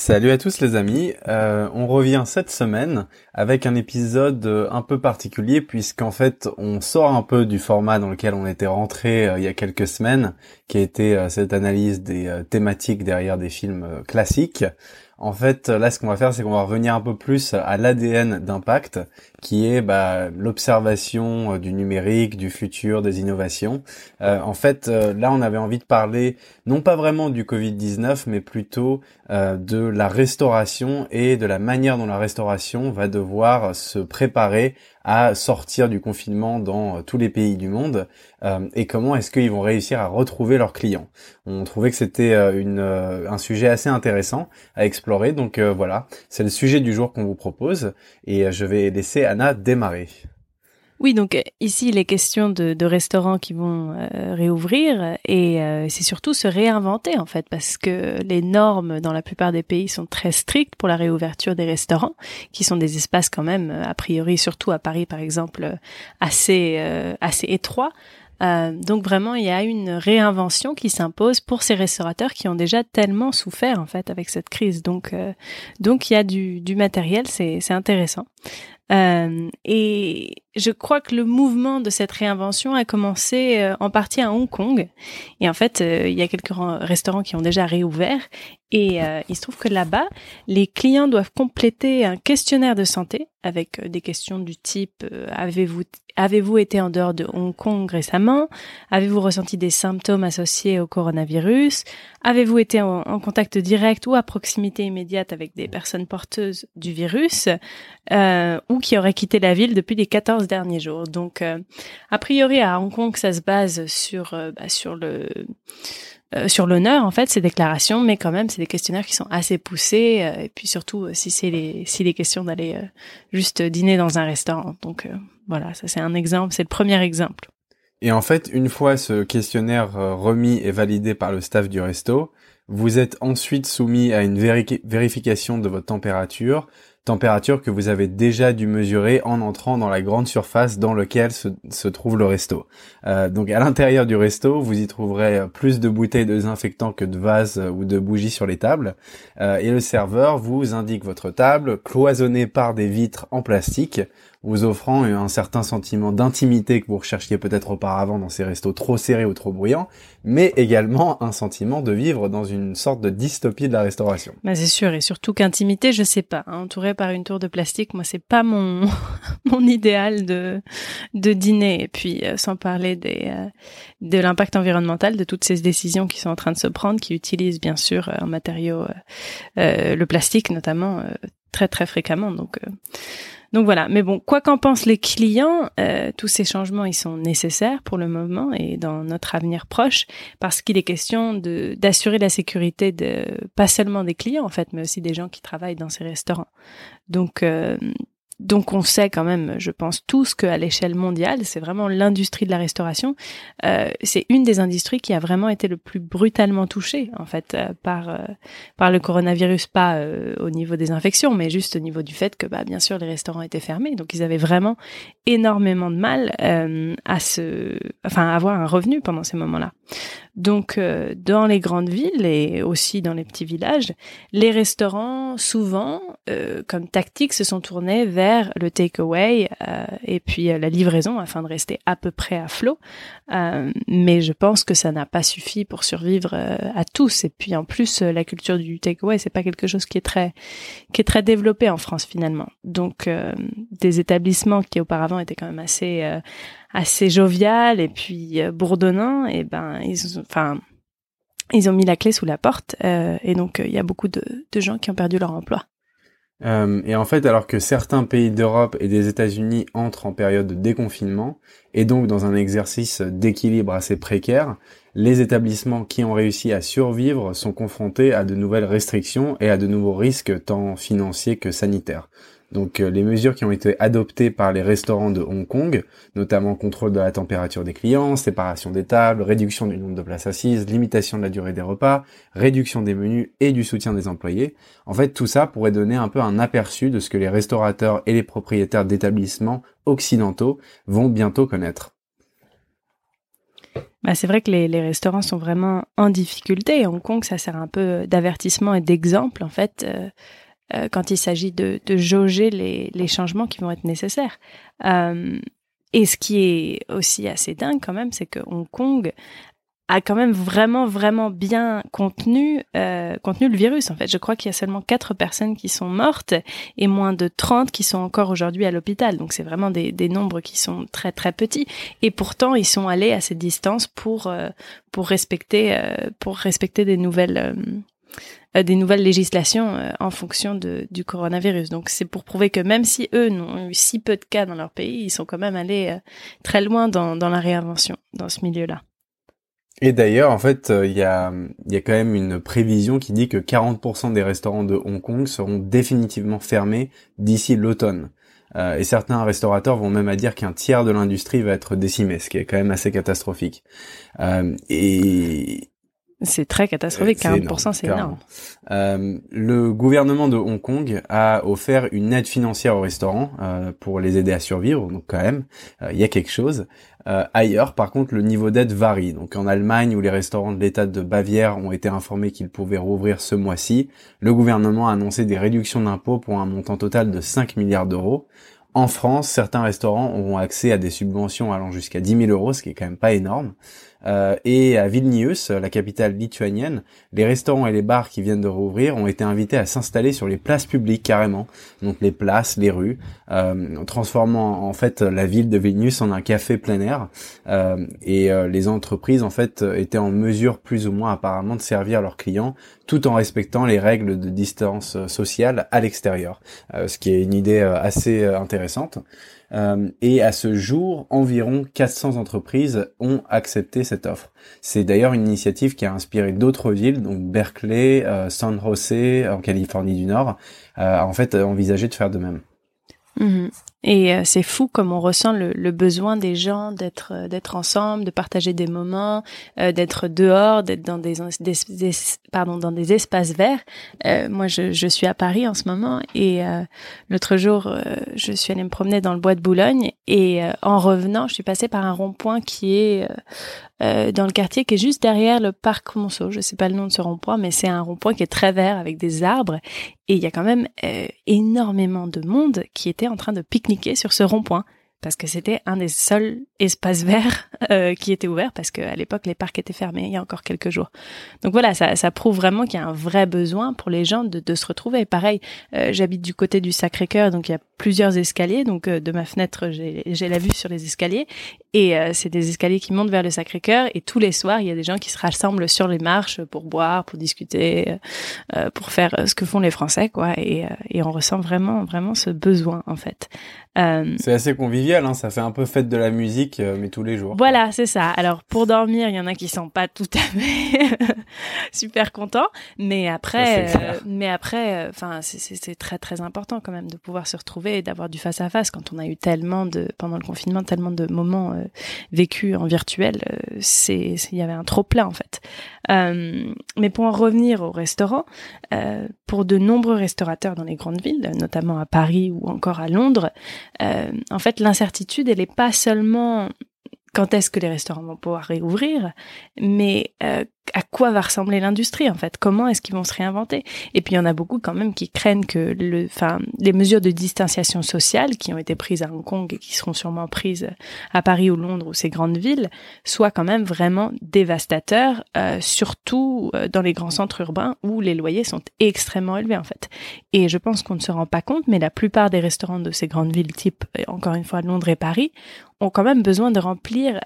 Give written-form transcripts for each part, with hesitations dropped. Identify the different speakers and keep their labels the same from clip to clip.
Speaker 1: Salut à tous les amis, on revient cette semaine avec un épisode un peu particulier puisqu'en fait on sort un peu du format dans lequel on était rentré il y a quelques semaines, qui a été cette analyse des thématiques derrière des films classiques. En fait, là, ce qu'on va faire, c'est qu'on va revenir un peu plus à l'ADN d'Impact, qui est l'observation du numérique, du futur, des innovations. Là, on avait envie de parler, non pas vraiment du Covid-19, mais plutôt de la restauration et de la manière dont la restauration va devoir se préparer à sortir du confinement dans tous les pays du monde, et comment est-ce qu'ils vont réussir à retrouver leurs clients. On trouvait que c'était un sujet assez intéressant à explorer, donc voilà, c'est le sujet du jour qu'on vous propose, et je vais laisser Anna démarrer.
Speaker 2: Oui, donc ici, il est question de restaurants qui vont réouvrir et c'est surtout se réinventer en fait, parce que les normes dans la plupart des pays sont très strictes pour la réouverture des restaurants, qui sont des espaces quand même, a priori, surtout à Paris par exemple, assez étroits. Donc vraiment, il y a une réinvention qui s'impose pour ces restaurateurs qui ont déjà tellement souffert en fait avec cette crise. Donc il y a du matériel, c'est intéressant. Et je crois que le mouvement de cette réinvention a commencé en partie à Hong Kong. Et en fait, il y a quelques restaurants qui ont déjà réouvert. Et il se trouve que là-bas, les clients doivent compléter un questionnaire de santé avec des questions du type avez-vous été en dehors de Hong Kong récemment? Avez-vous ressenti des symptômes associés au coronavirus? Avez-vous été en contact direct ou à proximité immédiate avec des personnes porteuses du virus ou qui auraient quitté la ville depuis les 14 derniers jours? Donc, a priori, à Hong Kong, ça se base sur l'honneur, en fait, ces déclarations, mais quand même, c'est des questionnaires qui sont assez poussés, et puis surtout, s'il est question d'aller juste dîner dans un restaurant. Donc, voilà, ça c'est un exemple, c'est le premier exemple.
Speaker 1: Et en fait, une fois ce questionnaire remis et validé par le staff du resto, vous êtes ensuite soumis à une vérification de votre température que vous avez déjà dû mesurer en entrant dans la grande surface dans laquelle se trouve le resto. Donc à l'intérieur du resto, vous y trouverez plus de bouteilles de désinfectant que de vases ou de bougies sur les tables. Et le serveur vous indique votre table, cloisonnée par des vitres en plastique, vous offrant un certain sentiment d'intimité que vous recherchiez peut-être auparavant dans ces restos trop serrés ou trop bruyants, mais également un sentiment de vivre dans une sorte de dystopie de la restauration.
Speaker 2: Bah c'est sûr, et surtout qu'intimité, je sais pas, hein, entouré par une tour de plastique, moi c'est pas mon idéal de dîner. Et puis sans parler de l'impact environnemental de toutes ces décisions qui sont en train de se prendre, qui utilisent bien sûr un matériau, le plastique notamment, très très fréquemment. Donc voilà, mais bon, quoi qu'en pensent les clients, tous ces changements, ils sont nécessaires pour le moment et dans notre avenir proche, parce qu'il est question d'assurer la sécurité pas seulement des clients en fait, mais aussi des gens qui travaillent dans ces restaurants. Donc on sait quand même, je pense tous, qu'à l'échelle mondiale, c'est vraiment l'industrie de la restauration. C'est une des industries qui a vraiment été le plus brutalement touchée, en fait, par le coronavirus, pas au niveau des infections, mais juste au niveau du fait que, bien sûr, les restaurants étaient fermés, donc ils avaient vraiment énormément de mal à avoir un revenu pendant ces moments-là. Donc, dans les grandes villes et aussi dans les petits villages, les restaurants, souvent, comme tactique, se sont tournés vers le takeaway et puis la livraison afin de rester à peu près à flot. Mais je pense que ça n'a pas suffi pour survivre à tous. Et puis en plus, la culture du takeaway, c'est pas quelque chose qui est très développé en France finalement. Donc, des établissements qui auparavant étaient quand même assez jovial et puis bourdonnant, et ils ont mis la clé sous la porte, et donc il y a beaucoup de gens qui ont perdu leur emploi.
Speaker 1: Et en fait, alors que certains pays d'Europe et des États-Unis entrent en période de déconfinement, et donc dans un exercice d'équilibre assez précaire, les établissements qui ont réussi à survivre sont confrontés à de nouvelles restrictions et à de nouveaux risques tant financiers que sanitaires. Donc les mesures qui ont été adoptées par les restaurants de Hong Kong, notamment contrôle de la température des clients, séparation des tables, réduction du nombre de places assises, limitation de la durée des repas, réduction des menus et du soutien des employés, en fait tout ça pourrait donner un peu un aperçu de ce que les restaurateurs et les propriétaires d'établissements occidentaux vont bientôt connaître.
Speaker 2: C'est vrai que les restaurants sont vraiment en difficulté. Et Hong Kong, ça sert un peu d'avertissement et d'exemple, en fait, quand il s'agit de jauger les changements qui vont être nécessaires. Et ce qui est aussi assez dingue quand même, c'est que Hong Kong a quand même vraiment, vraiment bien contenu le virus. En fait, je crois qu'il y a seulement 4 personnes qui sont mortes et moins de 30 qui sont encore aujourd'hui à l'hôpital. Donc, c'est vraiment des nombres qui sont très, très petits. Et pourtant, ils sont allés à cette distance pour respecter des nouvelles législations en fonction du coronavirus. Donc, c'est pour prouver que même si eux n'ont eu si peu de cas dans leur pays, ils sont quand même allés très loin dans la réinvention, dans ce milieu-là.
Speaker 1: Et d'ailleurs, en fait, il y a quand même une prévision qui dit que 40% des restaurants de Hong Kong seront définitivement fermés d'ici l'automne. Et certains restaurateurs vont même à dire qu'un tiers de l'industrie va être décimé, ce qui est quand même assez catastrophique.
Speaker 2: C'est très catastrophique, 40%, c'est énorme.
Speaker 1: Le gouvernement de Hong Kong a offert une aide financière aux restaurants pour les aider à survivre, donc quand même, il y a quelque chose. Ailleurs, par contre, le niveau d'aide varie. Donc en Allemagne, où les restaurants de l'État de Bavière ont été informés qu'ils pouvaient rouvrir ce mois-ci, le gouvernement a annoncé des réductions d'impôts pour un montant total de 5 milliards d'euros. En France, certains restaurants auront accès à des subventions allant jusqu'à 10 000 euros, ce qui est quand même pas énorme. Et à Vilnius, la capitale lituanienne, les restaurants et les bars qui viennent de rouvrir ont été invités à s'installer sur les places publiques carrément, donc les places, les rues, transformant en fait la ville de Vilnius en un café plein air. Et les entreprises en fait étaient en mesure plus ou moins apparemment de servir leurs clients tout en respectant les règles de distance sociale à l'extérieur, ce qui est une idée assez intéressante. Et à ce jour, environ 400 entreprises ont accepté cette offre. C'est d'ailleurs une initiative qui a inspiré d'autres villes, donc Berkeley, San Jose, en Californie du Nord, a en fait envisagé de faire de même.
Speaker 2: Mmh. Et c'est fou comme on ressent le besoin des gens d'être ensemble, de partager des moments, d'être dehors, d'être dans dans des espaces verts. Moi, je suis à Paris en ce moment et l'autre jour, je suis allée me promener dans le bois de Boulogne et en revenant, je suis passée par un rond-point qui est dans le quartier qui est juste derrière le parc Monceau. Je sais pas le nom de ce rond-point, mais c'est un rond-point qui est très vert avec des arbres et il y a quand même énormément de monde qui était en train de pique-niquer sur ce rond-point parce que c'était un des seuls espaces verts qui était ouvert parce qu'à l'époque les parcs étaient fermés il y a encore quelques jours. Donc voilà, ça prouve vraiment qu'il y a un vrai besoin pour les gens de se retrouver. Pareil, j'habite du côté du Sacré-Cœur, donc il y a plusieurs escaliers, donc de ma fenêtre j'ai la vue sur les escaliers et c'est des escaliers qui montent vers le Sacré-Cœur et tous les soirs il y a des gens qui se rassemblent sur les marches pour boire, pour discuter, pour faire ce que font les Français quoi et on ressent vraiment ce besoin en fait.
Speaker 1: C'est assez convivial, hein, ça fait un peu fête de la musique, mais tous les jours.
Speaker 2: Voilà, c'est ça. Alors pour dormir, il y en a qui sont pas tout à fait super contents, mais après, enfin c'est très très important quand même de pouvoir se retrouver et d'avoir du face à face quand on a eu pendant le confinement tellement de moments vécus en virtuel. Il y avait un trop plein en fait. Mais pour en revenir au restaurant, pour de nombreux restaurateurs dans les grandes villes, notamment à Paris ou encore à Londres, en fait l'incertitude elle est pas seulement quand est-ce que les restaurants vont pouvoir réouvrir, mais à quoi va ressembler l'industrie en fait, comment est-ce qu'ils vont se réinventer. Et puis il y en a beaucoup quand même qui craignent que les mesures de distanciation sociale qui ont été prises à Hong Kong et qui seront sûrement prises à Paris ou Londres ou ces grandes villes soient quand même vraiment dévastateurs, surtout dans les grands centres urbains où les loyers sont extrêmement élevés en fait. Et je pense qu'on ne se rend pas compte, mais la plupart des restaurants de ces grandes villes type encore une fois Londres et Paris ont quand même besoin de se remplir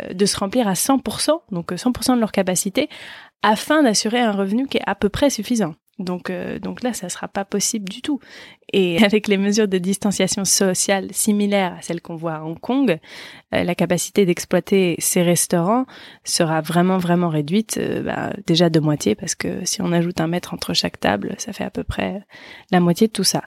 Speaker 2: à 100%, donc 100% de leur capacité, afin d'assurer un revenu qui est à peu près suffisant. Donc là, ça sera pas possible du tout. Et avec les mesures de distanciation sociale similaires à celles qu'on voit à Hong Kong, la capacité d'exploiter ces restaurants sera vraiment réduite, déjà de moitié, parce que si on ajoute 1 mètre entre chaque table, ça fait à peu près la moitié de tout ça.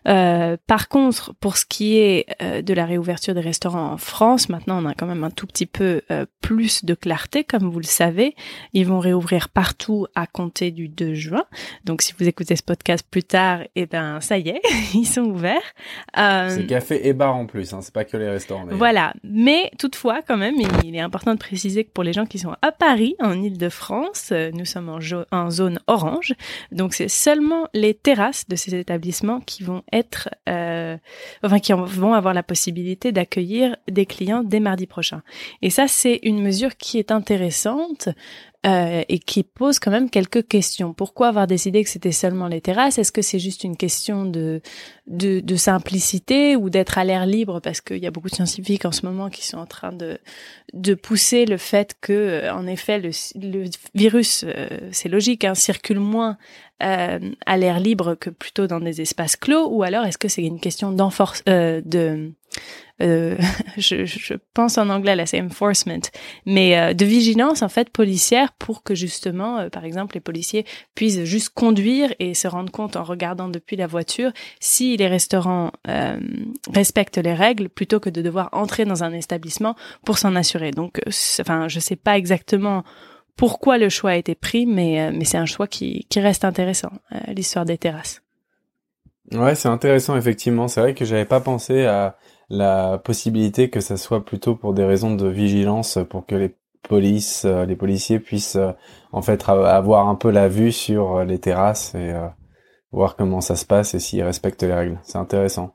Speaker 2: Par contre, pour ce qui est de la réouverture des restaurants en France, maintenant on a quand même un tout petit peu plus de clarté, comme vous le savez. Ils vont réouvrir partout à compter du 2 juin. Donc Donc, si vous écoutez ce podcast plus tard, ça y est, ils sont ouverts.
Speaker 1: C'est café et bar en plus, hein, c'est pas que les restaurants. D'ailleurs.
Speaker 2: Voilà. Mais toutefois, quand même, il est important de préciser que pour les gens qui sont à Paris, en Île-de-France, nous sommes en zone orange. Donc, c'est seulement les terrasses de ces établissements qui vont être, qui vont avoir la possibilité d'accueillir des clients dès mardi prochain. Et ça, c'est une mesure qui est intéressante. Et qui pose quand même quelques questions. Pourquoi avoir décidé que c'était seulement les terrasses? Est-ce que c'est juste une question de simplicité ou d'être à l'air libre? Parce qu'il y a beaucoup de scientifiques en ce moment qui sont en train de pousser le fait que, en effet, le virus, c'est logique, hein, circule moins à l'air libre que plutôt dans des espaces clos. Ou alors, est-ce que c'est une question je pense en anglais, là c'est enforcement, mais de vigilance en fait policière pour que justement, par exemple, les policiers puissent juste conduire et se rendre compte en regardant depuis la voiture si les restaurants respectent les règles plutôt que de devoir entrer dans un établissement pour s'en assurer. Donc, je sais pas exactement pourquoi le choix a été pris, mais c'est un choix qui reste intéressant, l'histoire des terrasses.
Speaker 1: Ouais, c'est intéressant effectivement. C'est vrai que j'avais pas pensé à la possibilité que ça soit plutôt pour des raisons de vigilance, pour que les policiers puissent en fait avoir un peu la vue sur les terrasses et voir comment ça se passe et s'ils respectent les règles. C'est intéressant.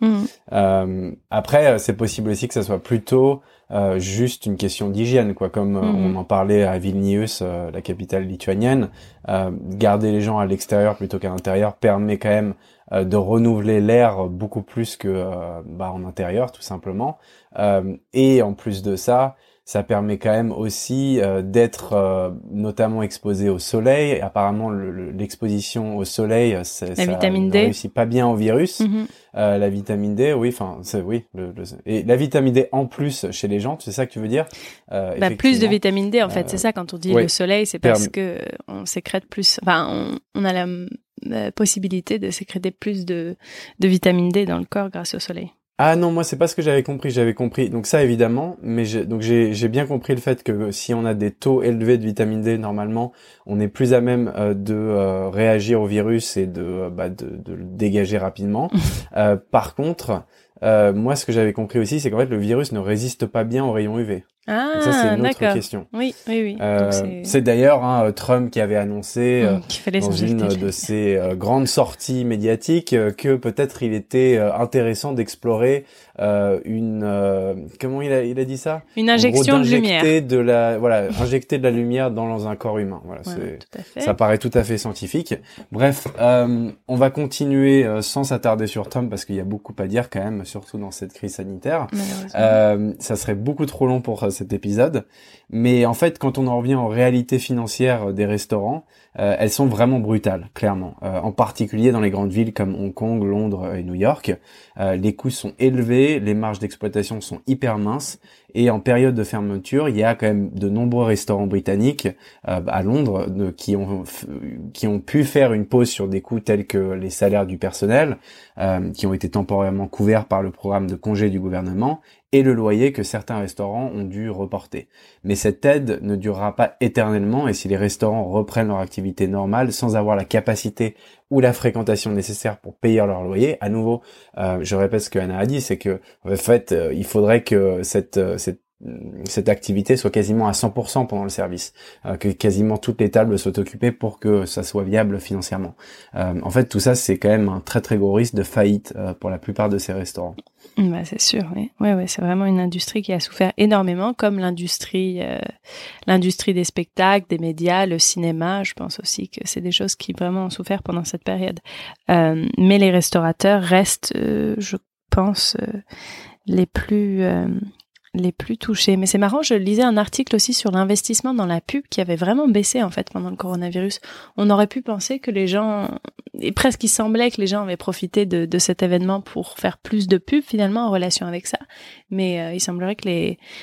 Speaker 1: Après, c'est possible aussi que ça soit plutôt juste une question d'hygiène, quoi. Comme on en parlait à Vilnius, la capitale lituanienne, garder les gens à l'extérieur plutôt qu'à l'intérieur permet quand même de renouveler l'air beaucoup plus que en intérieur, tout simplement. Et en plus de ça, ça permet quand même aussi d'être notamment exposé au soleil. Et apparemment, l'exposition au soleil, ça ne réussit pas bien au virus. La vitamine D, oui, et la vitamine D en plus chez les gens, c'est ça que tu veux dire?
Speaker 2: Plus de vitamine D, en fait, c'est ça. Quand on dit le soleil, c'est parce que on sécrète plus. Enfin, on a la possibilité de sécréter plus de vitamine D dans le corps grâce au soleil.
Speaker 1: Ah non, moi c'est pas ce que j'avais compris. J'avais compris donc ça évidemment, mais j'ai bien compris le fait que si on a des taux élevés de vitamine D, normalement, on est plus à même de réagir au virus et de le dégager rapidement. Par contre, moi ce que j'avais compris aussi, c'est qu'en fait le virus ne résiste pas bien aux rayons UV.
Speaker 2: Ah,
Speaker 1: donc ça c'est une autre
Speaker 2: d'accord.
Speaker 1: question.
Speaker 2: Oui.
Speaker 1: C'est d'ailleurs Trump qui avait annoncé dans une de ses grandes sorties médiatiques que peut-être il était intéressant d'explorer comment il a dit ça?
Speaker 2: Une injection de lumière.
Speaker 1: Injecter de la lumière dans un corps humain. Voilà,
Speaker 2: tout à fait.
Speaker 1: Ça paraît tout à fait scientifique. Bref, on va continuer sans s'attarder sur Trump parce qu'il y a beaucoup à dire quand même, surtout dans cette crise sanitaire. Ça serait beaucoup trop long pour cet épisode, mais en fait quand on en revient aux réalités financières des restaurants, elles sont vraiment brutales, clairement, en particulier dans les grandes villes comme Hong Kong, Londres et New York. Les coûts sont élevés, les marges d'exploitation sont hyper minces, et en période de fermeture, il y a quand même de nombreux restaurants britanniques à Londres qui ont pu faire une pause sur des coûts tels que les salaires du personnel, qui ont été temporairement couverts par le programme de congé du gouvernement, et le loyer que certains restaurants ont dû reporter. Mais cette aide ne durera pas éternellement, et si les restaurants reprennent leur activité normale sans avoir la capacité ou la fréquentation nécessaire pour payer leur loyer, à nouveau, je répète ce que Anna a dit, c'est que en fait, il faudrait que cette activité soit quasiment à 100% pendant le service, que quasiment toutes les tables soient occupées pour que ça soit viable financièrement. En fait, tout ça, c'est quand même un très très gros risque de faillite pour la plupart de ces restaurants.
Speaker 2: C'est sûr, oui. Ouais, c'est vraiment une industrie qui a souffert énormément, comme l'industrie des spectacles, des médias, le cinéma. Je pense aussi que c'est des choses qui vraiment ont souffert pendant cette période. Mais les restaurateurs restent, je pense, les plus touchés. Mais c'est marrant, je lisais un article aussi sur l'investissement dans la pub qui avait vraiment baissé en fait pendant le coronavirus. On aurait pu penser que les gens, et presque il semblait que les gens avaient profité de cet événement pour faire plus de pub finalement en relation avec ça. Mais il semblerait que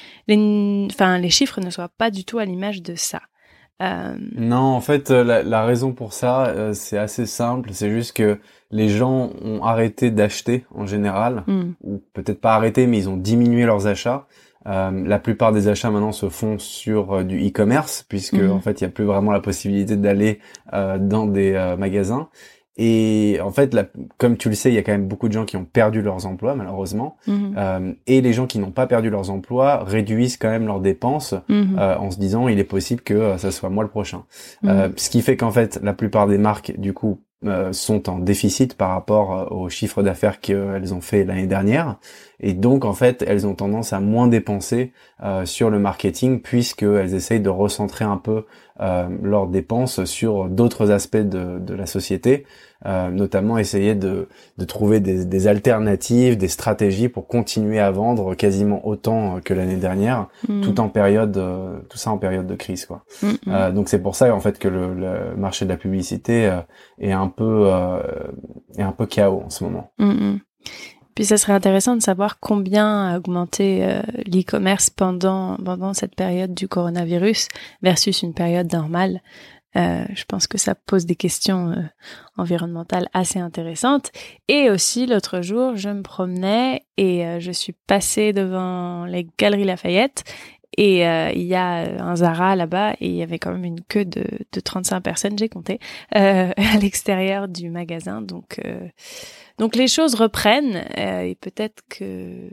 Speaker 2: les chiffres ne soient pas du tout à l'image de ça.
Speaker 1: Non, en fait, la raison pour ça, c'est assez simple. C'est juste que les gens ont arrêté d'acheter en général, ou peut-être pas arrêté, mais ils ont diminué leurs achats La plupart des achats maintenant se font sur du e-commerce, puisque en fait il y a plus vraiment la possibilité d'aller dans des magasins. Et en fait, comme tu le sais, il y a quand même beaucoup de gens qui ont perdu leurs emplois, malheureusement. Et les gens qui n'ont pas perdu leurs emplois réduisent quand même leurs dépenses en se disant il est possible que ça soit moi le prochain. Ce qui fait qu'en fait, la plupart des marques, du coup, sont en déficit par rapport au chiffre d'affaires qu'elles ont fait l'année dernière. Et donc, en fait, elles ont tendance à moins dépenser sur le marketing puisqu'elles essayent de recentrer un peu leurs dépenses sur d'autres aspects de la société, notamment essayer de trouver des alternatives, des stratégies pour continuer à vendre quasiment autant que l'année dernière, tout ça en période de crise, quoi. Donc c'est pour ça en fait que le marché de la publicité est un peu chaos en ce moment.
Speaker 2: Puis ça serait intéressant de savoir combien a augmenté l'e-commerce pendant cette période du coronavirus versus une période normale. Je pense que ça pose des questions environnementales assez intéressantes. Et aussi, l'autre jour, je me promenais et je suis passée devant les Galeries Lafayette et il y a un Zara là-bas et il y avait quand même une queue de 35 personnes, j'ai compté, à l'extérieur du magasin. Donc les choses reprennent et peut-être que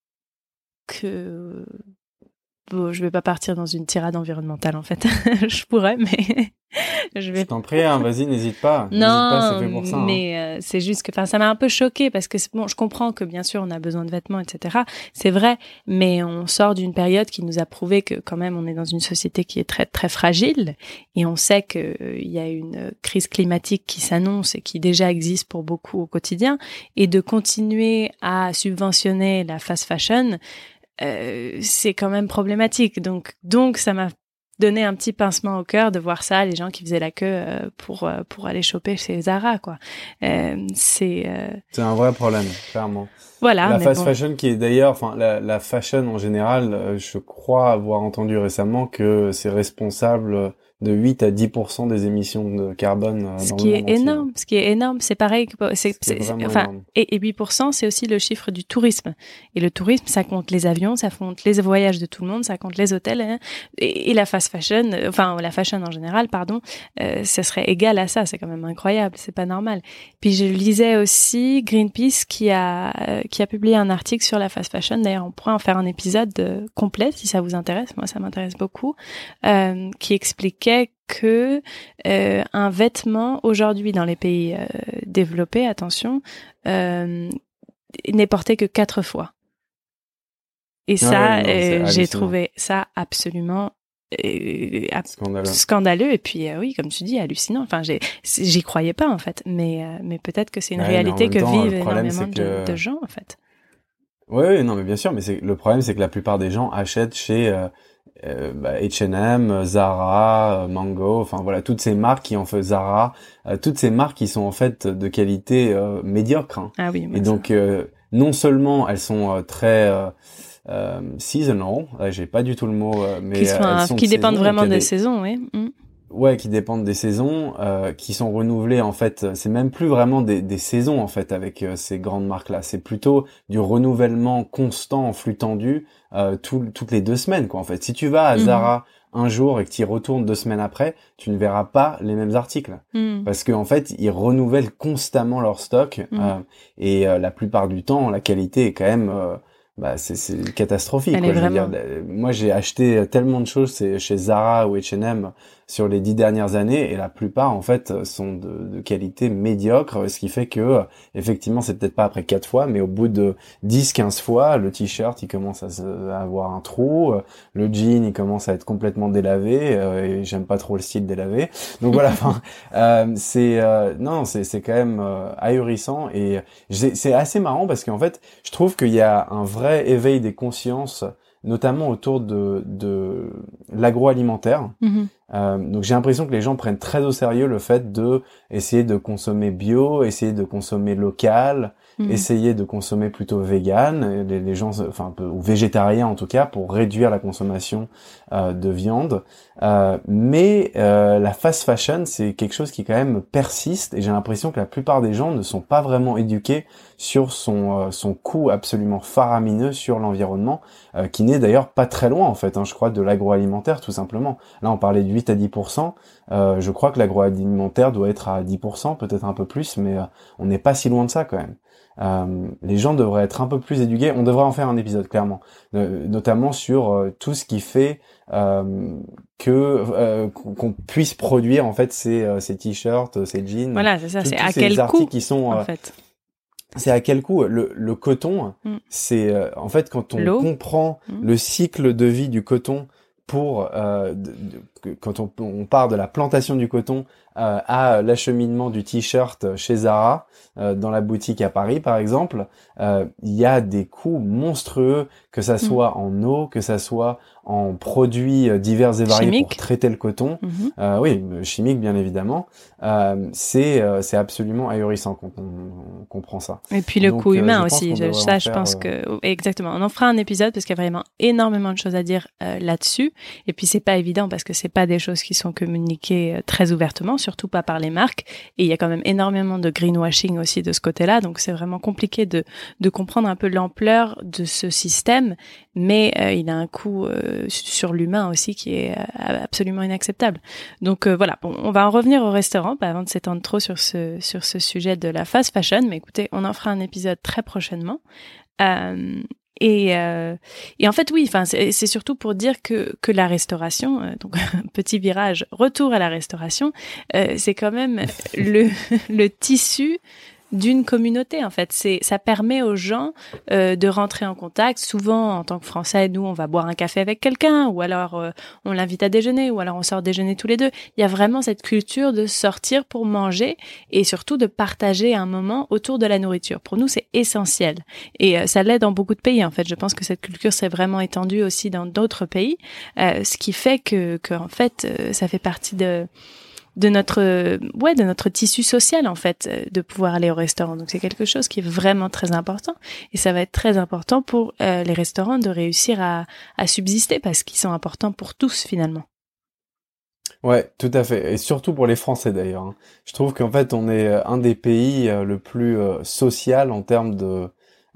Speaker 2: bon, je vais pas partir dans une tirade environnementale en fait. Je pourrais, mais
Speaker 1: je t'en prie, hein, vas-y, n'hésite pas.
Speaker 2: Non,
Speaker 1: n'hésite pas, c'est fait pour ça.
Speaker 2: Mais c'est juste que, ça m'a un peu choquée parce que bon, je comprends que bien sûr on a besoin de vêtements, etc. C'est vrai, mais on sort d'une période qui nous a prouvé que quand même on est dans une société qui est très très fragile et on sait que il y a une crise climatique qui s'annonce et qui déjà existe pour beaucoup au quotidien et de continuer à subventionner la fast fashion. C'est quand même problématique. Donc ça m'a donné un petit pincement au cœur de voir ça, les gens qui faisaient la queue pour aller choper chez Zara, quoi. C'est
Speaker 1: un vrai problème, clairement.
Speaker 2: Voilà.
Speaker 1: La fast fashion qui est d'ailleurs, enfin la fashion en général, je crois avoir entendu récemment que c'est responsable de 8 à 10% des émissions de carbone dans le monde entier.
Speaker 2: Ce qui est énorme, c'est pareil que
Speaker 1: énorme.
Speaker 2: Et 8% c'est aussi le chiffre du tourisme. Et le tourisme, ça compte les avions, ça compte les voyages de tout le monde, ça compte les hôtels, hein, et la fast fashion, enfin la fashion en général, pardon, ça serait égal à ça, c'est quand même incroyable, c'est pas normal. Puis je lisais aussi Greenpeace qui a publié un article sur la fast fashion, d'ailleurs on pourrait en faire un épisode complet si ça vous intéresse, moi ça m'intéresse beaucoup, qui expliquait que un vêtement aujourd'hui dans les pays développés, attention, n'est porté que 4 fois. Et ça, j'ai trouvé ça absolument scandaleux. Et puis oui, comme tu dis, hallucinant. Enfin, j'y croyais pas en fait, mais peut-être que c'est une réalité que vivent énormément de gens en fait.
Speaker 1: Oui, non, mais bien sûr, mais le problème, c'est que la plupart des gens achètent chez H&M, Zara, Mango, enfin voilà, toutes ces marques qui en font Zara, toutes ces marques qui sont en fait de qualité médiocre. Hein.
Speaker 2: Ah oui.
Speaker 1: Et donc non seulement elles sont très seasonal, j'ai pas du tout le mot, mais
Speaker 2: qui dépendent vraiment des saisons, oui.
Speaker 1: Ouais, qui dépendent des saisons, qui sont renouvelées en fait. C'est même plus vraiment des saisons en fait avec ces grandes marques-là. C'est plutôt du renouvellement constant en flux tendu toutes les 2 semaines quoi en fait. Si tu vas à Zara un jour et que tu y retournes 2 semaines après, tu ne verras pas les mêmes articles parce que en fait ils renouvellent constamment leur stock et la plupart du temps la qualité est quand même c'est catastrophique quoi. Je veux dire, moi j'ai acheté tellement de choses chez Zara ou H&M sur les 10 dernières années et la plupart en fait sont de qualité médiocre, ce qui fait que effectivement c'est peut-être pas après 4 fois mais au bout de 10-15 fois le t-shirt il commence à avoir un trou, le jean il commence à être complètement délavé et j'aime pas trop le style délavé. Donc voilà, c'est quand même ahurissant et c'est assez marrant parce qu'en fait je trouve qu'il y a un vrai éveil des consciences notamment autour de l'agroalimentaire. Donc j'ai l'impression que les gens prennent très au sérieux le fait de essayer de consommer bio, essayer de consommer local, essayer de consommer plutôt vegan, les gens, enfin un peu, ou végétarien en tout cas, pour réduire la consommation de viande. Mais la fast fashion, c'est quelque chose qui quand même persiste, et j'ai l'impression que la plupart des gens ne sont pas vraiment éduqués sur son coût absolument faramineux sur l'environnement, qui n'est d'ailleurs pas très loin en fait, hein, je crois, de l'agroalimentaire tout simplement. Là on parlait de 8 à 10%, je crois que l'agroalimentaire doit être à 10%, peut-être un peu plus, mais on n'est pas si loin de ça quand même. Les gens devraient être un peu plus éduqués, on devrait en faire un épisode clairement, notamment sur tout ce qui fait qu'on puisse produire en fait ces t-shirts, ces jeans.
Speaker 2: Voilà, c'est ça, c'est à
Speaker 1: ces
Speaker 2: quel coût
Speaker 1: qui sont
Speaker 2: en fait.
Speaker 1: c'est à quel coût le coton, c'est en fait quand on comprend le cycle de vie du coton pour quand on part de la plantation du coton à l'acheminement du t-shirt chez Zara dans la boutique à Paris par exemple, il y a des coûts monstrueux, que ça soit en eau, que ça soit en produits divers et variés chimique. Pour traiter le coton, oui, chimique bien évidemment, c'est absolument ahurissant quand on comprend ça.
Speaker 2: Et puis le coût humain aussi, je pense que exactement, on en fera un épisode parce qu'il y a vraiment énormément de choses à dire là-dessus, et puis c'est pas évident parce que c'est pas des choses qui sont communiquées très ouvertement, surtout pas par les marques, et il y a quand même énormément de greenwashing aussi de ce côté-là, donc c'est vraiment compliqué de comprendre un peu l'ampleur de ce système, mais il a un coût sur l'humain aussi qui est absolument inacceptable. Donc voilà, bon, on va en revenir au restaurant, avant de s'étendre trop sur ce sujet de la fast fashion, mais écoutez, on en fera un épisode très prochainement. Et en fait, oui, enfin, c'est surtout pour dire que la restauration, donc petit virage, retour à la restauration, c'est quand même le tissu d'une communauté en fait. Ça permet aux gens de rentrer en contact. Souvent, en tant que Français, nous, on va boire un café avec quelqu'un, ou alors on l'invite à déjeuner, ou alors on sort déjeuner tous les deux. Il y a vraiment cette culture de sortir pour manger et surtout de partager un moment autour de la nourriture. Pour nous, c'est essentiel. Et ça l'est dans beaucoup de pays en fait. Je pense que cette culture s'est vraiment étendue aussi dans d'autres pays, ce qui fait que en fait, ça fait partie de notre tissu social en fait, de pouvoir aller au restaurant. Donc c'est quelque chose qui est vraiment très important, et ça va être très important pour les restaurants de réussir à subsister, parce qu'ils sont importants pour tous finalement.
Speaker 1: Ouais, tout à fait, et surtout pour les Français d'ailleurs, hein. Je trouve qu'en fait on est un des pays le plus social en termes de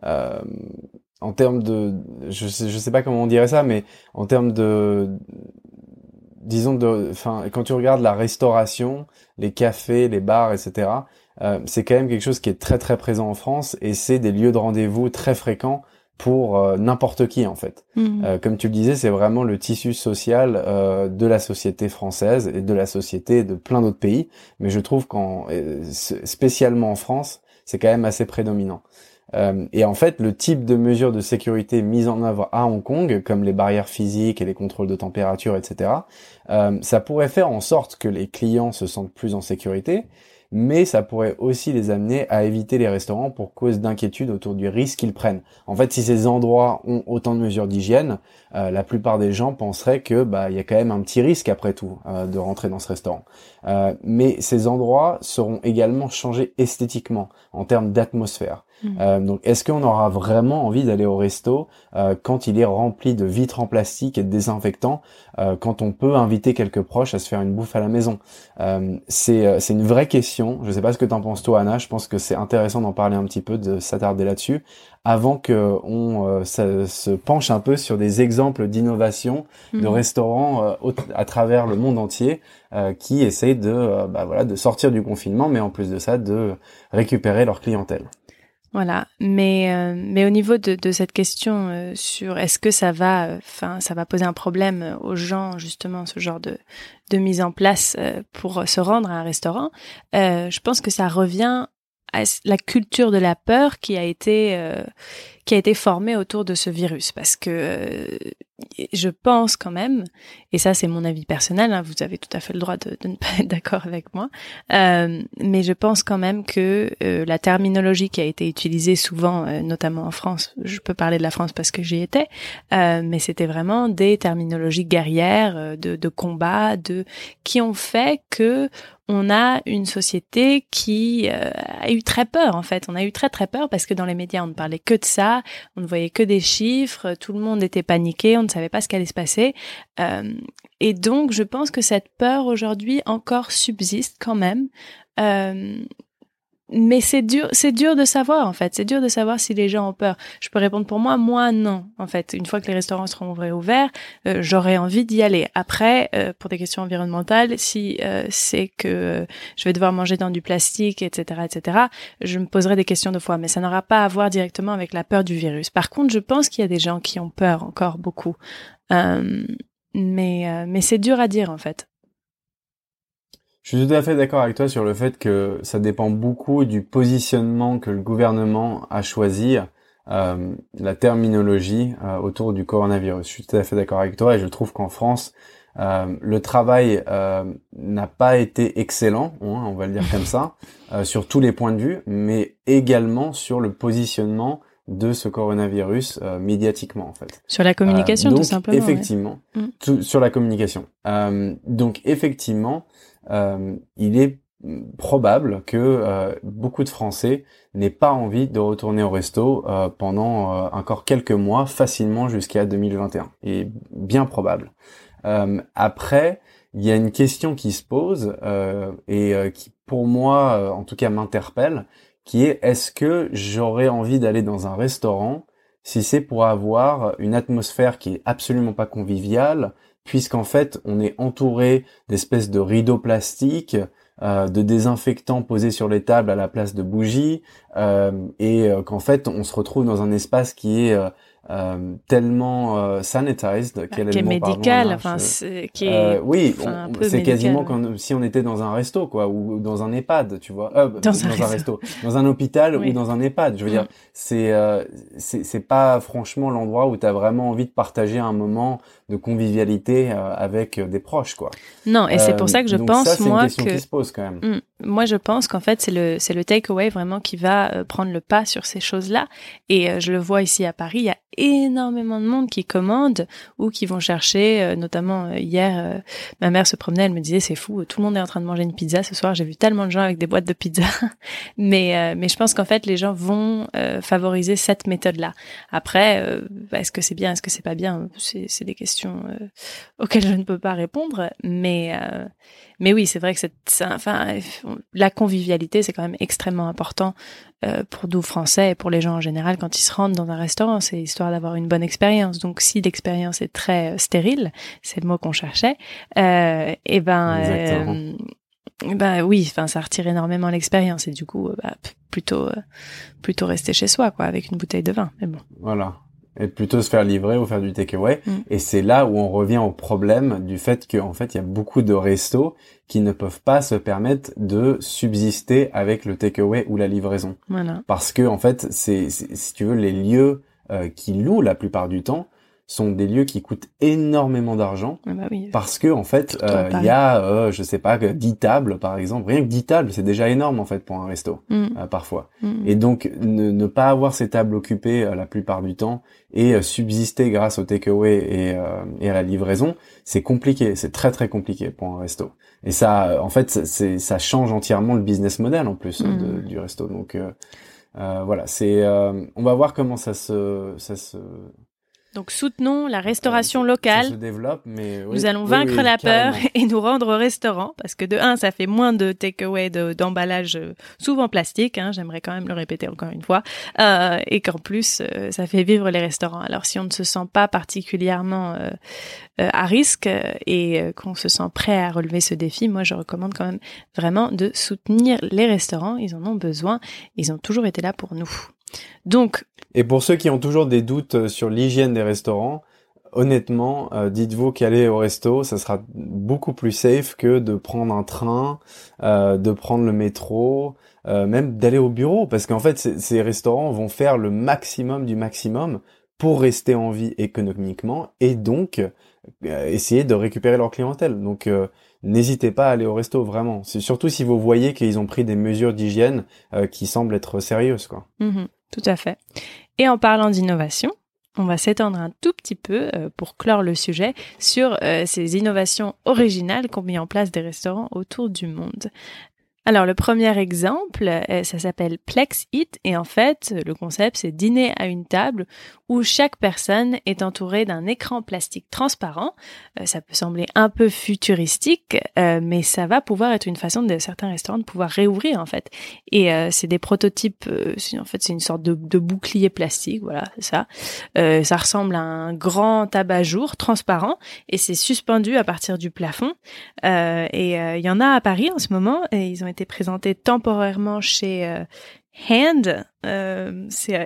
Speaker 1: je sais pas comment on dirait ça, mais en termes de disons enfin, quand tu regardes la restauration, les cafés, les bars, etc., c'est quand même quelque chose qui est très très présent en France, et c'est des lieux de rendez-vous très fréquents pour n'importe qui en fait. Comme tu le disais, c'est vraiment le tissu social de la société française et de la société de plein d'autres pays, mais je trouve spécialement en France, c'est quand même assez prédominant. Et en fait, le type de mesures de sécurité mises en œuvre à Hong Kong, comme les barrières physiques et les contrôles de température, etc., ça pourrait faire en sorte que les clients se sentent plus en sécurité, mais ça pourrait aussi les amener à éviter les restaurants pour cause d'inquiétude autour du risque qu'ils prennent. En fait, si ces endroits ont autant de mesures d'hygiène, la plupart des gens penseraient que il y a quand même un petit risque après tout de rentrer dans ce restaurant. Mais ces endroits seront également changés esthétiquement en termes d'atmosphère. Donc, est-ce qu'on aura vraiment envie d'aller au resto quand il est rempli de vitres en plastique et de désinfectants, quand on peut inviter quelques proches à se faire une bouffe à la maison? C'est une vraie question. Je sais pas ce que t'en penses toi, Anna. Je pense que c'est intéressant d'en parler un petit peu, de s'attarder là-dessus, avant que on se penche un peu sur des exemples d'innovation de restaurants à travers le monde entier qui essayent de sortir du confinement, mais en plus de ça, de récupérer leur clientèle.
Speaker 2: Voilà, mais au niveau de cette question sur est-ce que ça va poser un problème aux gens, justement, ce genre de mise en place pour se rendre à un restaurant, je pense que ça revient à la culture de la peur qui a été formée autour de ce virus, parce que je pense quand même, et ça c'est mon avis personnel, hein, vous avez tout à fait le droit de ne pas être d'accord avec moi, mais je pense quand même que la terminologie qui a été utilisée souvent, notamment en France, je peux parler de la France parce que j'y étais, mais c'était vraiment des terminologies guerrières, de combat, qui ont fait que on a une société qui a eu très peur, en fait. On a eu très très peur parce que dans les médias, on ne parlait que de ça, on ne voyait que des chiffres, tout le monde était paniqué, on ne savait pas ce qu'allait se passer. Et donc, je pense que cette peur aujourd'hui encore subsiste quand même. Mais c'est dur de savoir, en fait. C'est dur de savoir si les gens ont peur. Je peux répondre pour moi, non. En fait, une fois que les restaurants seront ouverts, j'aurai envie d'y aller. Après, pour des questions environnementales, si c'est que je vais devoir manger dans du plastique, etc., je me poserai des questions 2 fois. Mais ça n'aura pas à voir directement avec la peur du virus. Par contre, je pense qu'il y a des gens qui ont peur encore beaucoup. Mais c'est dur à dire, en fait.
Speaker 1: Je suis tout à fait d'accord avec toi sur le fait que ça dépend beaucoup du positionnement que le gouvernement a choisi, la terminologie autour du coronavirus. Je suis tout à fait d'accord avec toi et je trouve qu'en France, le travail n'a pas été excellent, hein, on va le dire comme ça, sur tous les points de vue, mais également sur le positionnement de ce coronavirus médiatiquement en fait.
Speaker 2: Sur la communication
Speaker 1: donc,
Speaker 2: tout simplement.
Speaker 1: Effectivement,
Speaker 2: ouais.
Speaker 1: Sur la communication. Donc effectivement, il est probable que beaucoup de Français n'aient pas envie de retourner au resto pendant encore quelques mois, facilement jusqu'à 2021. Et bien probable. Après, il y a une question qui se pose qui, pour moi, en tout cas, m'interpelle, qui est est-ce que j'aurais envie d'aller dans un restaurant si c'est pour avoir une atmosphère qui est absolument pas conviviale, puisqu'en fait, on est entouré d'espèces de rideaux plastiques, de désinfectants posés sur les tables à la place de bougies, qu'en fait, on se retrouve dans un espace qui est tellement sanitized,
Speaker 2: qui est médical,
Speaker 1: oui, c'est quasiment comme si on était dans un resto, quoi, ou dans un EHPAD, tu vois, dans un resto, dans un hôpital oui. Ou dans un EHPAD. Je veux dire, c'est pas franchement l'endroit où t'as vraiment envie de partager un moment de convivialité avec des proches, quoi.
Speaker 2: Non, et c'est pour ça que je pense
Speaker 1: ça,
Speaker 2: moi
Speaker 1: une question qui se pose quand même.
Speaker 2: Moi, je pense qu'en fait, c'est le takeaway vraiment qui va prendre le pas sur ces choses-là. Et je le vois ici à Paris, il y a énormément de monde qui commande ou qui vont chercher, notamment hier, ma mère se promenait, elle me disait c'est fou, tout le monde est en train de manger une pizza ce soir, j'ai vu tellement de gens avec des boîtes de pizza. mais je pense qu'en fait, les gens vont favoriser cette méthode-là. Après, est-ce que c'est bien, est-ce que c'est pas bien, c'est des questions auxquelles je ne peux pas répondre, mais oui, c'est vrai que la convivialité, c'est quand même extrêmement important pour nous Français et pour les gens en général quand ils se rendent dans un restaurant. C'est histoire d'avoir une bonne expérience. Donc, si l'expérience est très stérile, c'est le mot qu'on cherchait, oui, ça retire énormément l'expérience et du coup, plutôt rester chez soi, quoi, avec une bouteille de vin. Mais bon.
Speaker 1: Voilà. Et plutôt se faire livrer ou faire du takeaway. Et c'est là où on revient au problème du fait qu'en fait, il y a beaucoup de restos qui ne peuvent pas se permettre de subsister avec le takeaway ou la livraison.
Speaker 2: Voilà.
Speaker 1: Parce que, en fait, c'est si tu veux, les lieux qui louent la plupart du temps sont des lieux qui coûtent énormément d'argent
Speaker 2: oui.
Speaker 1: Parce que en fait il y a je sais pas 10 tables par exemple, rien que 10 tables c'est déjà énorme en fait pour un resto parfois. Et donc ne pas avoir ces tables occupées la plupart du temps et subsister grâce au takeaway et à la livraison, c'est compliqué, c'est très très compliqué pour un resto. Et ça en fait ça change entièrement le business model en plus du resto. Donc voilà, on va voir comment ça se
Speaker 2: Donc soutenons la restauration locale.
Speaker 1: Ça se développe, mais
Speaker 2: nous allons vaincre la peur et nous rendre au restaurant parce que de un, ça fait moins de take-away d'emballage souvent plastique. J'aimerais quand même le répéter encore une fois, et qu'en plus ça fait vivre les restaurants. Alors si on ne se sent pas particulièrement à risque et qu'on se sent prêt à relever ce défi, moi je recommande quand même vraiment de soutenir les restaurants. Ils en ont besoin. Ils ont toujours été là pour nous. Donc,
Speaker 1: et pour ceux qui ont toujours des doutes sur l'hygiène des restaurants, honnêtement, dites-vous qu'aller au resto, ça sera beaucoup plus safe que de prendre un train, de prendre le métro, même d'aller au bureau, parce qu'en fait, ces restaurants vont faire le maximum du maximum pour rester en vie économiquement et donc essayer de récupérer leur clientèle. Donc n'hésitez pas à aller au resto, vraiment. C'est surtout si vous voyez qu'ils ont pris des mesures d'hygiène qui semblent être sérieuses, quoi.
Speaker 2: Tout à fait. Et en parlant d'innovation, on va s'étendre un tout petit peu pour clore le sujet sur ces innovations originales qu'ont mis en place des restaurants autour du monde. Alors, le premier exemple, ça s'appelle Plex Eat et en fait, le concept, c'est dîner à une table où chaque personne est entourée d'un écran plastique transparent. Ça peut sembler un peu futuristique, mais ça va pouvoir être une façon de certains restaurants de pouvoir réouvrir en fait. Et c'est des prototypes, c'est une sorte de bouclier plastique, voilà, c'est ça. Ça ressemble à un grand abat-jour transparent et c'est suspendu à partir du plafond. Et il y en a à Paris en ce moment et ils ont été présentés temporairement chez Hand, c'est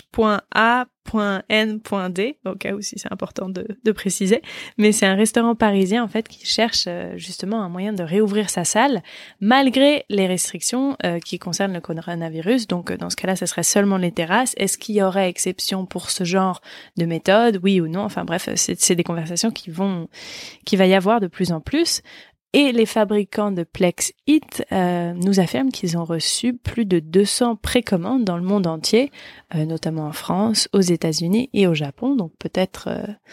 Speaker 2: h.a.n.d, au cas où si c'est important de préciser, mais c'est un restaurant parisien en fait qui cherche justement un moyen de réouvrir sa salle malgré les restrictions qui concernent le coronavirus. Donc dans ce cas-là, ça serait seulement les terrasses. Est-ce qu'il y aurait exception pour ce genre de méthode, oui ou non? Enfin bref, c'est des conversations qui va y avoir de plus en plus. Et les fabricants de Plex Eat nous affirment qu'ils ont reçu plus de 200 précommandes dans le monde entier, notamment en France, aux États-Unis et au Japon. Donc peut-être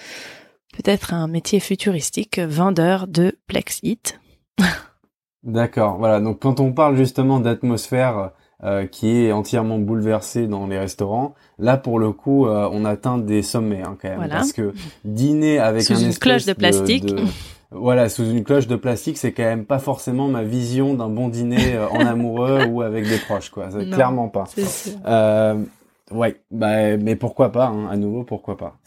Speaker 2: un métier futuristique, vendeur de Plex Eat.
Speaker 1: D'accord, voilà. Donc quand on parle justement d'atmosphère qui est entièrement bouleversée dans les restaurants, là pour le coup, on atteint des sommets quand même, voilà. Parce que dîner avec
Speaker 2: sous une cloche de plastique.
Speaker 1: Voilà, sous une cloche de plastique, c'est quand même pas forcément ma vision d'un bon dîner en amoureux ou avec des proches, quoi. C'est clairement pas.
Speaker 2: C'est sûr.
Speaker 1: Ouais, mais pourquoi pas, hein, à nouveau, pourquoi pas.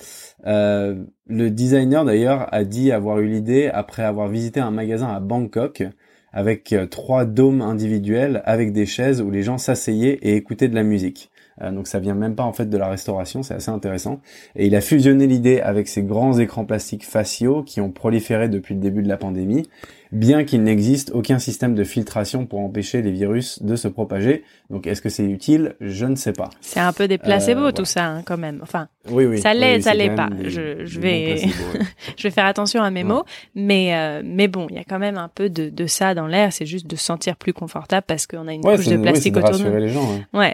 Speaker 1: Le designer d'ailleurs a dit avoir eu l'idée après avoir visité un magasin à Bangkok avec 3 dômes individuels avec des chaises où les gens s'asseyaient et écoutaient de la musique. Donc ça vient même pas en fait de la restauration, c'est assez intéressant. Et il a fusionné l'idée avec ces grands écrans plastiques faciaux qui ont proliféré depuis le début de la pandémie, bien qu'il n'existe aucun système de filtration pour empêcher les virus de se propager. Donc est-ce que c'est utile? Je ne sais pas.
Speaker 2: C'est un peu des placebos tout ça hein, quand même. Enfin,
Speaker 1: oui,
Speaker 2: ça l'est,
Speaker 1: oui,
Speaker 2: ça l'est pas. Je vais je vais faire attention à mes mots, mais bon, il y a quand même un peu de ça dans l'air, c'est juste de se sentir plus confortable parce qu'on a une couche de plastique autour de nous.
Speaker 1: Rassurer les gens.
Speaker 2: Ouais,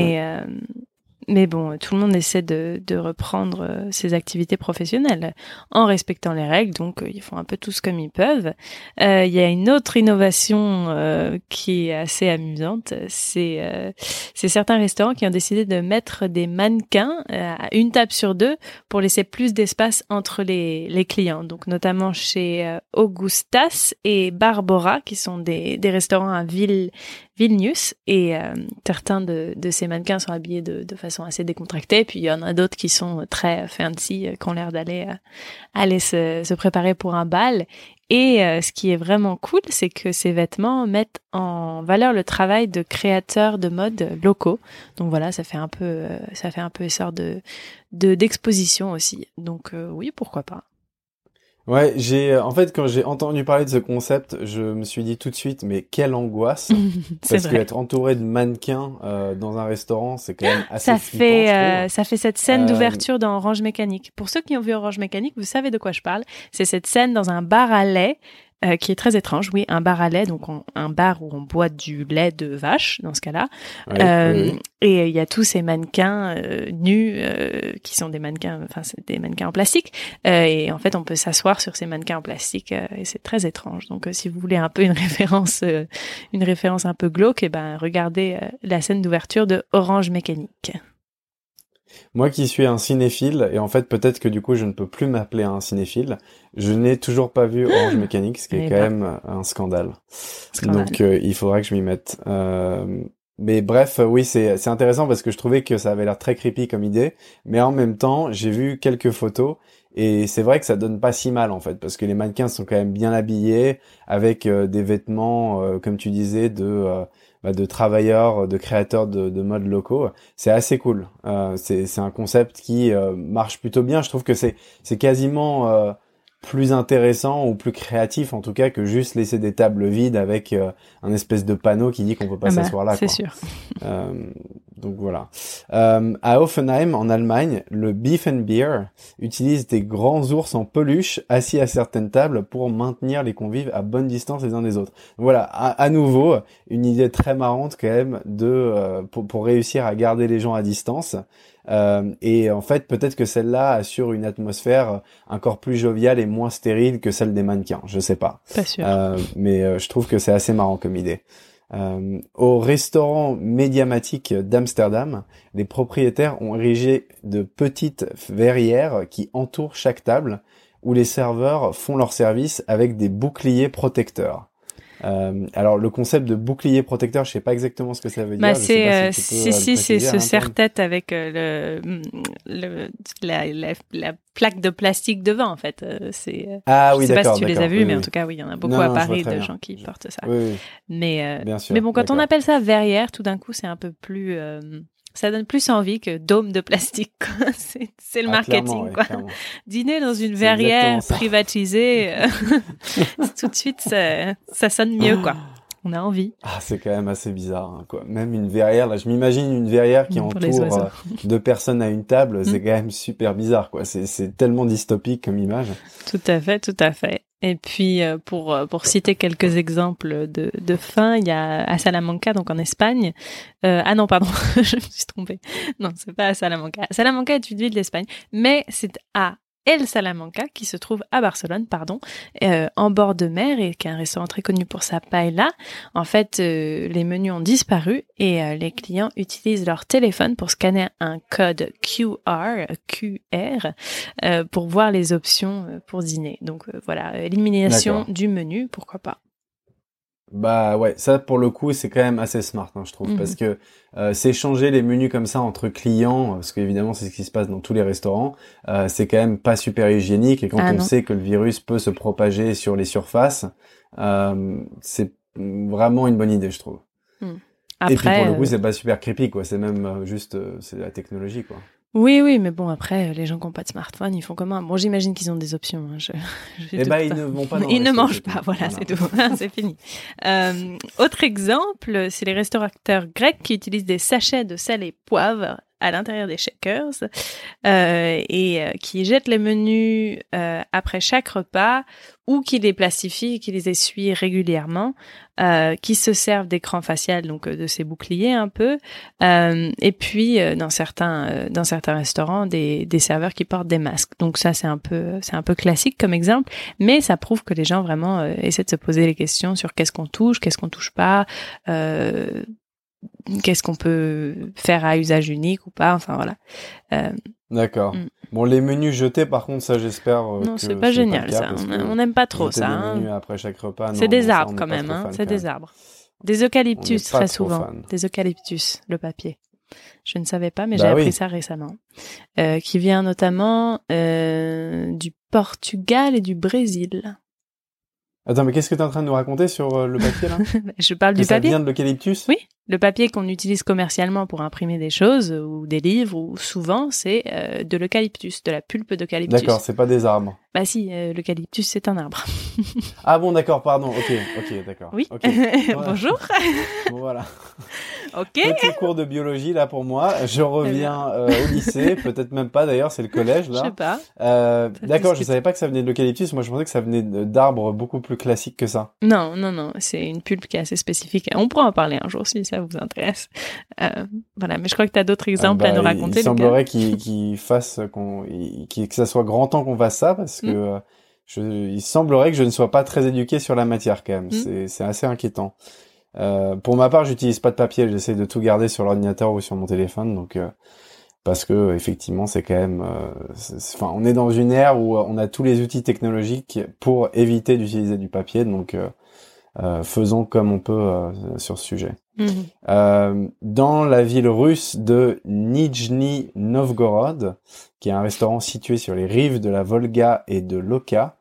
Speaker 2: mais bon, tout le monde essaie de reprendre ses activités professionnelles en respectant les règles, donc ils font un peu tous comme ils peuvent. Il y a une autre innovation qui est assez amusante, c'est certains restaurants qui ont décidé de mettre des mannequins à une table sur 2 pour laisser plus d'espace entre les clients. Donc notamment chez Augustas et Barbora, qui sont des restaurants à Vilnius, et certains de ces mannequins sont habillés de façon assez décontractée, puis il y en a d'autres qui sont très fancy, qui ont l'air d'aller se préparer pour un bal. Et ce qui est vraiment cool, c'est que ces vêtements mettent en valeur le travail de créateurs de mode locaux. Donc voilà, ça fait un peu essor d'exposition aussi. Donc oui, pourquoi pas.
Speaker 1: Ouais, en fait, quand j'ai entendu parler de ce concept, je me suis dit tout de suite, mais quelle angoisse. Parce qu'être entouré de mannequins, dans un restaurant, c'est quand même assez flippant,
Speaker 2: ça fait cette scène d'ouverture dans Orange Mécanique. Pour ceux qui ont vu Orange Mécanique, vous savez de quoi je parle. C'est cette scène dans un bar à lait, qui est très étrange, oui, un bar à lait, donc un bar où on boit du lait de vache, dans ce cas-là. Oui. Et il y a tous ces mannequins nus, qui sont des mannequins, enfin c'est des mannequins en plastique, et en fait on peut s'asseoir sur ces mannequins en plastique, et c'est très étrange. Donc si vous voulez un peu une référence un peu glauque, et ben regardez la scène d'ouverture de Orange Mécanique.
Speaker 1: Moi qui suis un cinéphile, et en fait peut-être que du coup je ne peux plus m'appeler un cinéphile, je n'ai toujours pas vu Orange Mécanique, ce qui est quand même un scandale. Donc il faudra que je m'y mette. Mais bref, oui, c'est intéressant parce que je trouvais que ça avait l'air très creepy comme idée, mais en même temps j'ai vu quelques photos, et c'est vrai que ça donne pas si mal en fait, parce que les mannequins sont quand même bien habillés, avec des vêtements, comme tu disais, de travailleurs, de créateurs de mode locaux. C'est assez cool. C'est un concept qui marche plutôt bien. Je trouve que c'est quasiment plus intéressant ou plus créatif en tout cas que juste laisser des tables vides avec un espèce de panneau qui dit qu'on peut pas s'asseoir là.
Speaker 2: C'est sûr.
Speaker 1: Donc voilà. À Offenheim, en Allemagne, le Beef and Beer utilise des grands ours en peluche assis à certaines tables pour maintenir les convives à bonne distance les uns des autres. Voilà, à nouveau, une idée très marrante quand même pour réussir à garder les gens à distance. Et en fait, peut-être que celle-là assure une atmosphère encore plus joviale et moins stérile que celle des mannequins. Je sais pas.
Speaker 2: Pas sûr.
Speaker 1: Mais je trouve que c'est assez marrant comme idée. Au restaurant médiamatique d'Amsterdam, les propriétaires ont érigé de petites verrières qui entourent chaque table, où les serveurs font leur service avec des boucliers protecteurs. Alors le concept de bouclier protecteur, je sais pas exactement ce que ça veut dire.
Speaker 2: C'est c'est ce serre-tête avec la plaque de plastique devant en fait.
Speaker 1: Ah oui,
Speaker 2: je sais
Speaker 1: d'accord.
Speaker 2: pas si tu les as vus,
Speaker 1: oui,
Speaker 2: mais
Speaker 1: oui.
Speaker 2: en tout cas oui, il y en a beaucoup à Paris de gens qui portent ça.
Speaker 1: Oui, oui.
Speaker 2: Mais
Speaker 1: bien sûr,
Speaker 2: mais bon, quand on
Speaker 1: d'accord.
Speaker 2: appelle ça verrière, tout d'un coup c'est un peu plus ça donne plus envie que dôme de plastique, quoi. C'est le marketing,
Speaker 1: ouais,
Speaker 2: quoi.
Speaker 1: clairement.
Speaker 2: Dîner dans une
Speaker 1: C'est
Speaker 2: verrière
Speaker 1: exactement ça.
Speaker 2: privatisée, tout de suite, ça sonne mieux, quoi. On a envie.
Speaker 1: Ah, c'est quand même assez bizarre, hein, quoi. Même une verrière, là, je m'imagine une verrière qui
Speaker 2: Pour les
Speaker 1: entoure
Speaker 2: oiseaux.
Speaker 1: deux personnes à une table, c'est quand même super bizarre, quoi. C'est tellement dystopique comme image.
Speaker 2: Tout à fait, tout à fait. Et puis, pour citer quelques exemples de fin, il y a à Salamanca, donc en Espagne. Ah non, pardon, je me suis trompée. Non, c'est pas à Salamanca. Salamanca est une ville d'Espagne, mais c'est à El Salamanca, qui se trouve à Barcelone, en bord de mer et qui est un restaurant très connu pour sa paella. En fait, les menus ont disparu et les clients utilisent leur téléphone pour scanner un code QR pour voir les options pour dîner. Donc voilà, élimination
Speaker 1: D'accord.
Speaker 2: du menu, pourquoi pas.
Speaker 1: Bah ouais, ça pour le coup c'est quand même assez smart, hein, je trouve, parce que s'échanger les menus comme ça entre clients, parce qu'évidemment c'est ce qui se passe dans tous les restaurants, c'est quand même pas super hygiénique, et quand on
Speaker 2: non.
Speaker 1: sait que le virus peut se propager sur les surfaces, c'est vraiment une bonne idée, je trouve.
Speaker 2: Après,
Speaker 1: et puis pour le coup c'est pas super creepy, quoi, c'est même juste c'est la technologie, quoi.
Speaker 2: Oui, mais bon, après, les gens qui n'ont pas de smartphone, ils font comment? Bon, j'imagine qu'ils ont des options. Hein.
Speaker 1: Eh ben, ils ne vont pas dans
Speaker 2: Ils
Speaker 1: le
Speaker 2: ne
Speaker 1: resto,
Speaker 2: mangent pas, voilà, c'est tout. C'est fini. Autre exemple, c'est les restaurateurs grecs qui utilisent des sachets de sel et poivre à l'intérieur des shakers qui jettent les menus après chaque repas ou qui les plastifient, qui les essuient régulièrement, qui se servent d'écran facial, donc de ces boucliers un peu, et puis dans certains restaurants des serveurs qui portent des masques. Donc ça c'est un peu classique comme exemple, mais ça prouve que les gens vraiment essaient de se poser les questions sur qu'est-ce qu'on touche pas. Qu'est-ce qu'on peut faire à usage unique ou pas, enfin voilà.
Speaker 1: D'accord. Bon, les menus jetés, par contre, ça j'espère
Speaker 2: non,
Speaker 1: que
Speaker 2: c'est pas génial
Speaker 1: pas le cas,
Speaker 2: ça. On n'aime pas trop
Speaker 1: jeter
Speaker 2: ça.
Speaker 1: des menus après chaque repas.
Speaker 2: C'est
Speaker 1: non,
Speaker 2: des
Speaker 1: ça,
Speaker 2: arbres
Speaker 1: on n'est
Speaker 2: quand
Speaker 1: pas
Speaker 2: même,
Speaker 1: trop
Speaker 2: hein.
Speaker 1: fan,
Speaker 2: C'est
Speaker 1: quand
Speaker 2: des
Speaker 1: même.
Speaker 2: arbres. Des eucalyptus
Speaker 1: On n'est pas
Speaker 2: très
Speaker 1: trop
Speaker 2: souvent.
Speaker 1: fan.
Speaker 2: Des eucalyptus, le papier. Je ne savais pas, mais
Speaker 1: Bah
Speaker 2: j'ai
Speaker 1: oui.
Speaker 2: appris ça récemment. Qui vient notamment du Portugal et du Brésil.
Speaker 1: Attends, mais qu'est-ce que tu es en train de nous raconter sur le papier, là?
Speaker 2: Je parle
Speaker 1: Que
Speaker 2: du
Speaker 1: ça
Speaker 2: papier.
Speaker 1: vient de l'eucalyptus?
Speaker 2: Oui, le papier qu'on utilise commercialement pour imprimer des choses ou des livres, ou souvent c'est de l'eucalyptus, de la pulpe d'eucalyptus.
Speaker 1: D'accord, c'est pas des arbres.
Speaker 2: Bah si, l'eucalyptus c'est un arbre.
Speaker 1: Ah bon, d'accord, pardon. Ok, d'accord.
Speaker 2: Oui.
Speaker 1: Okay. Voilà.
Speaker 2: Bonjour.
Speaker 1: Bon, voilà.
Speaker 2: Ok.
Speaker 1: Petit cours de biologie, là, pour moi. Je reviens au lycée. Peut-être même pas, d'ailleurs, c'est le collège, là.
Speaker 2: Je sais pas.
Speaker 1: D'accord, je
Speaker 2: discute.
Speaker 1: savais pas que ça venait de l'eucalyptus. Moi, je pensais que ça venait d'arbres beaucoup plus classiques que ça.
Speaker 2: Non, c'est une pulpe qui est assez spécifique. On pourra en parler un jour si ça vous intéresse. Voilà, mais je crois que tu as d'autres exemples à nous raconter.
Speaker 1: Il semblerait qu'il fasse que ça soit grand temps qu'on fasse ça, parce que il semblerait que je ne sois pas très éduqué sur la matière quand même. C'est assez inquiétant. Pour ma part, j'utilise pas de papier. J'essaie de tout garder sur l'ordinateur ou sur mon téléphone, donc parce que effectivement, c'est quand même. Enfin, on est dans une ère où on a tous les outils technologiques pour éviter d'utiliser du papier, donc faisons comme on peut sur ce sujet. Dans la ville russe de Nijni Novgorod, qui est un restaurant situé sur les rives de la Volga et de l'Oka,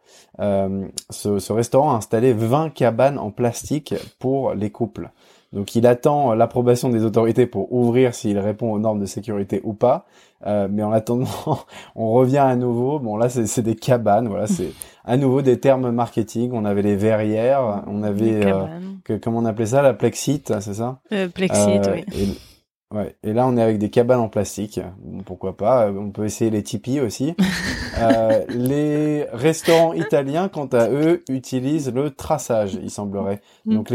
Speaker 1: ce restaurant a installé 20 cabanes en plastique pour les couples. Donc il attend l'approbation des autorités pour ouvrir s'il répond aux normes de sécurité ou pas. Mais en attendant, on revient à nouveau. Bon là c'est des cabanes, voilà, c'est à nouveau des termes marketing. On avait les verrières, on avait comment on appelait ça, la plexite, c'est ça?
Speaker 2: Plexite, oui.
Speaker 1: Ouais. Et là, on est avec des cabanes en plastique. Bon, pourquoi pas? On peut essayer les tipis aussi. Les restaurants italiens, quant à eux, utilisent le traçage, il semblerait. Donc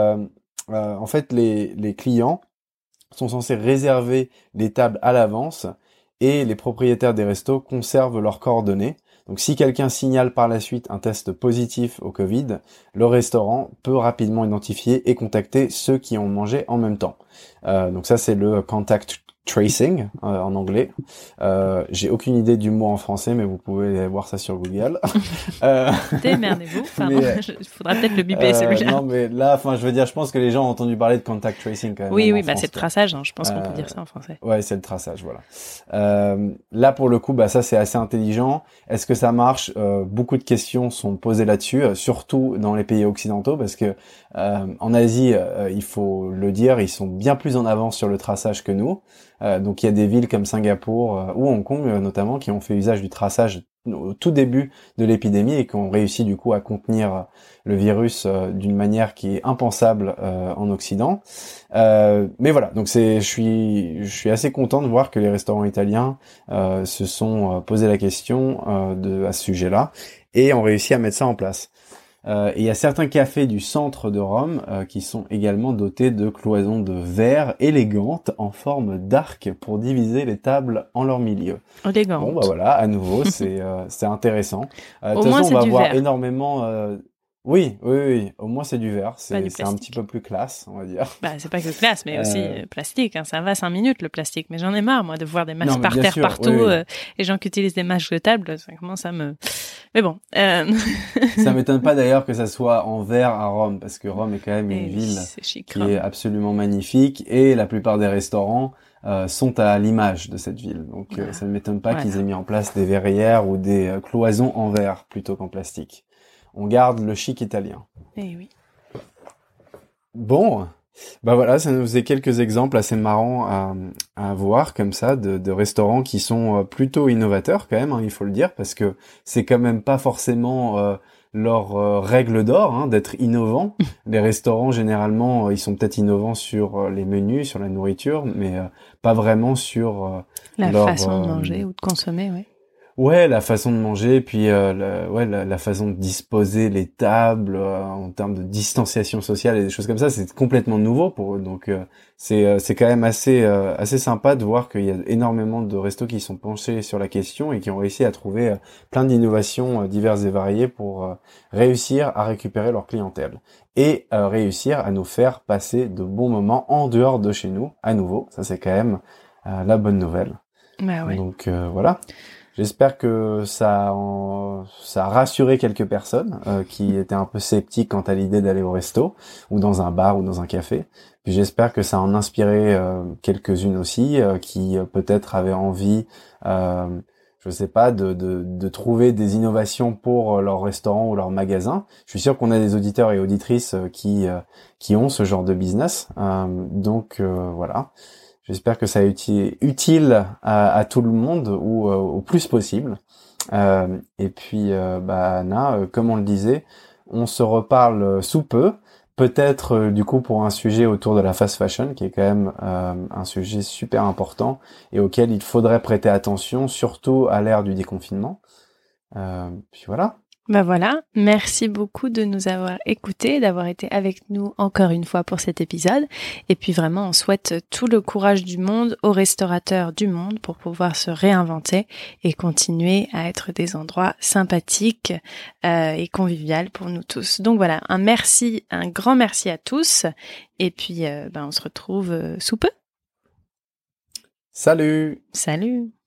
Speaker 1: en fait, les clients sont censés réserver les tables à l'avance et les propriétaires des restos conservent leurs coordonnées. Donc si quelqu'un signale par la suite un test positif au Covid, le restaurant peut rapidement identifier et contacter ceux qui ont mangé en même temps. Donc ça c'est le contact tracing en anglais. J'ai aucune idée du mot en français, mais vous pouvez voir ça sur Google.
Speaker 2: Démerdez-vous. Enfin, il faudra peut-être le biper celui-là.
Speaker 1: Non, mais là, enfin, je veux dire, je pense que les gens ont entendu parler de contact tracing quand même.
Speaker 2: Oui, bah c'est le traçage. Hein, je pense qu'on peut dire ça en français.
Speaker 1: Ouais, c'est le traçage, voilà. Là, pour le coup, bah ça, c'est assez intelligent. Est-ce que ça marche? Beaucoup de questions sont posées là-dessus, surtout dans les pays occidentaux, parce que en Asie, il faut le dire, ils sont bien plus en avance sur le traçage que nous. Donc il y a des villes comme Singapour ou Hong Kong notamment qui ont fait usage du traçage au tout début de l'épidémie et qui ont réussi du coup à contenir le virus d'une manière qui est impensable en Occident. Mais voilà, donc je suis assez content de voir que les restaurants italiens se sont posé la question à ce sujet-là et ont réussi à mettre ça en place. Et il y a certains cafés du centre de Rome qui sont également dotés de cloisons de verre élégantes en forme d'arc pour diviser les tables en leur milieu.
Speaker 2: Élégante.
Speaker 1: Bon bah voilà, à nouveau c'est intéressant. De toute
Speaker 2: moins,
Speaker 1: façon, on va voir
Speaker 2: verre.
Speaker 1: énormément. Oui. Au moins c'est du verre. C'est un petit peu plus classe, on va dire.
Speaker 2: Bah c'est pas que classe, mais aussi plastique. Hein, ça va 5 minutes le plastique. Mais j'en ai marre moi de voir des masques par terre partout. Les gens qui utilisent des masques de table, ça commence à me. Mais bon.
Speaker 1: Ça m'étonne pas d'ailleurs que ça soit en verre à Rome, parce que Rome est quand même une ville qui est absolument magnifique et la plupart des restaurants sont à l'image de cette ville. Donc ça ne m'étonne pas qu'ils aient mis en place des verrières ou des cloisons en verre plutôt qu'en plastique. On garde le chic italien.
Speaker 2: Eh oui.
Speaker 1: Bon, bah voilà, ça nous faisait quelques exemples assez marrants à voir comme ça de restaurants qui sont plutôt innovateurs quand même, hein, il faut le dire, parce que c'est quand même pas forcément leur règle d'or hein, d'être innovant. Les restaurants généralement ils sont peut-être innovants sur les menus, sur la nourriture, mais pas vraiment sur
Speaker 2: la façon de manger ou de consommer, ouais.
Speaker 1: Ouais, la façon de manger, puis la façon de disposer les tables en termes de distanciation sociale et des choses comme ça, c'est complètement nouveau pour eux. Donc c'est quand même assez sympa de voir qu'il y a énormément de restos qui sont penchés sur la question et qui ont réussi à trouver plein d'innovations diverses et variées pour réussir à récupérer leur clientèle et réussir à nous faire passer de bons moments en dehors de chez nous à nouveau. Ça c'est quand même la bonne nouvelle.
Speaker 2: Bah ouais.
Speaker 1: Donc voilà. J'espère que ça a rassuré quelques personnes qui étaient un peu sceptiques quant à l'idée d'aller au resto ou dans un bar ou dans un café. Puis j'espère que ça a en inspiré quelques-unes aussi qui peut-être avaient envie, je sais pas, de trouver des innovations pour leur restaurant ou leur magasin. Je suis sûr qu'on a des auditeurs et auditrices qui ont ce genre de business. Donc voilà. J'espère que ça a été utile à tout le monde ou au plus possible. Et puis, Anna, comme on le disait, on se reparle sous peu. Peut-être du coup pour un sujet autour de la fast fashion, qui est quand même un sujet super important et auquel il faudrait prêter attention, surtout à l'ère du déconfinement. Puis voilà.
Speaker 2: Ben voilà, merci beaucoup de nous avoir écoutés, d'avoir été avec nous encore une fois pour cet épisode. Et puis vraiment, on souhaite tout le courage du monde aux restaurateurs du monde pour pouvoir se réinventer et continuer à être des endroits sympathiques et conviviaux pour nous tous. Donc voilà, un grand merci à tous. Et puis, on se retrouve sous peu.
Speaker 1: Salut!
Speaker 2: Salut!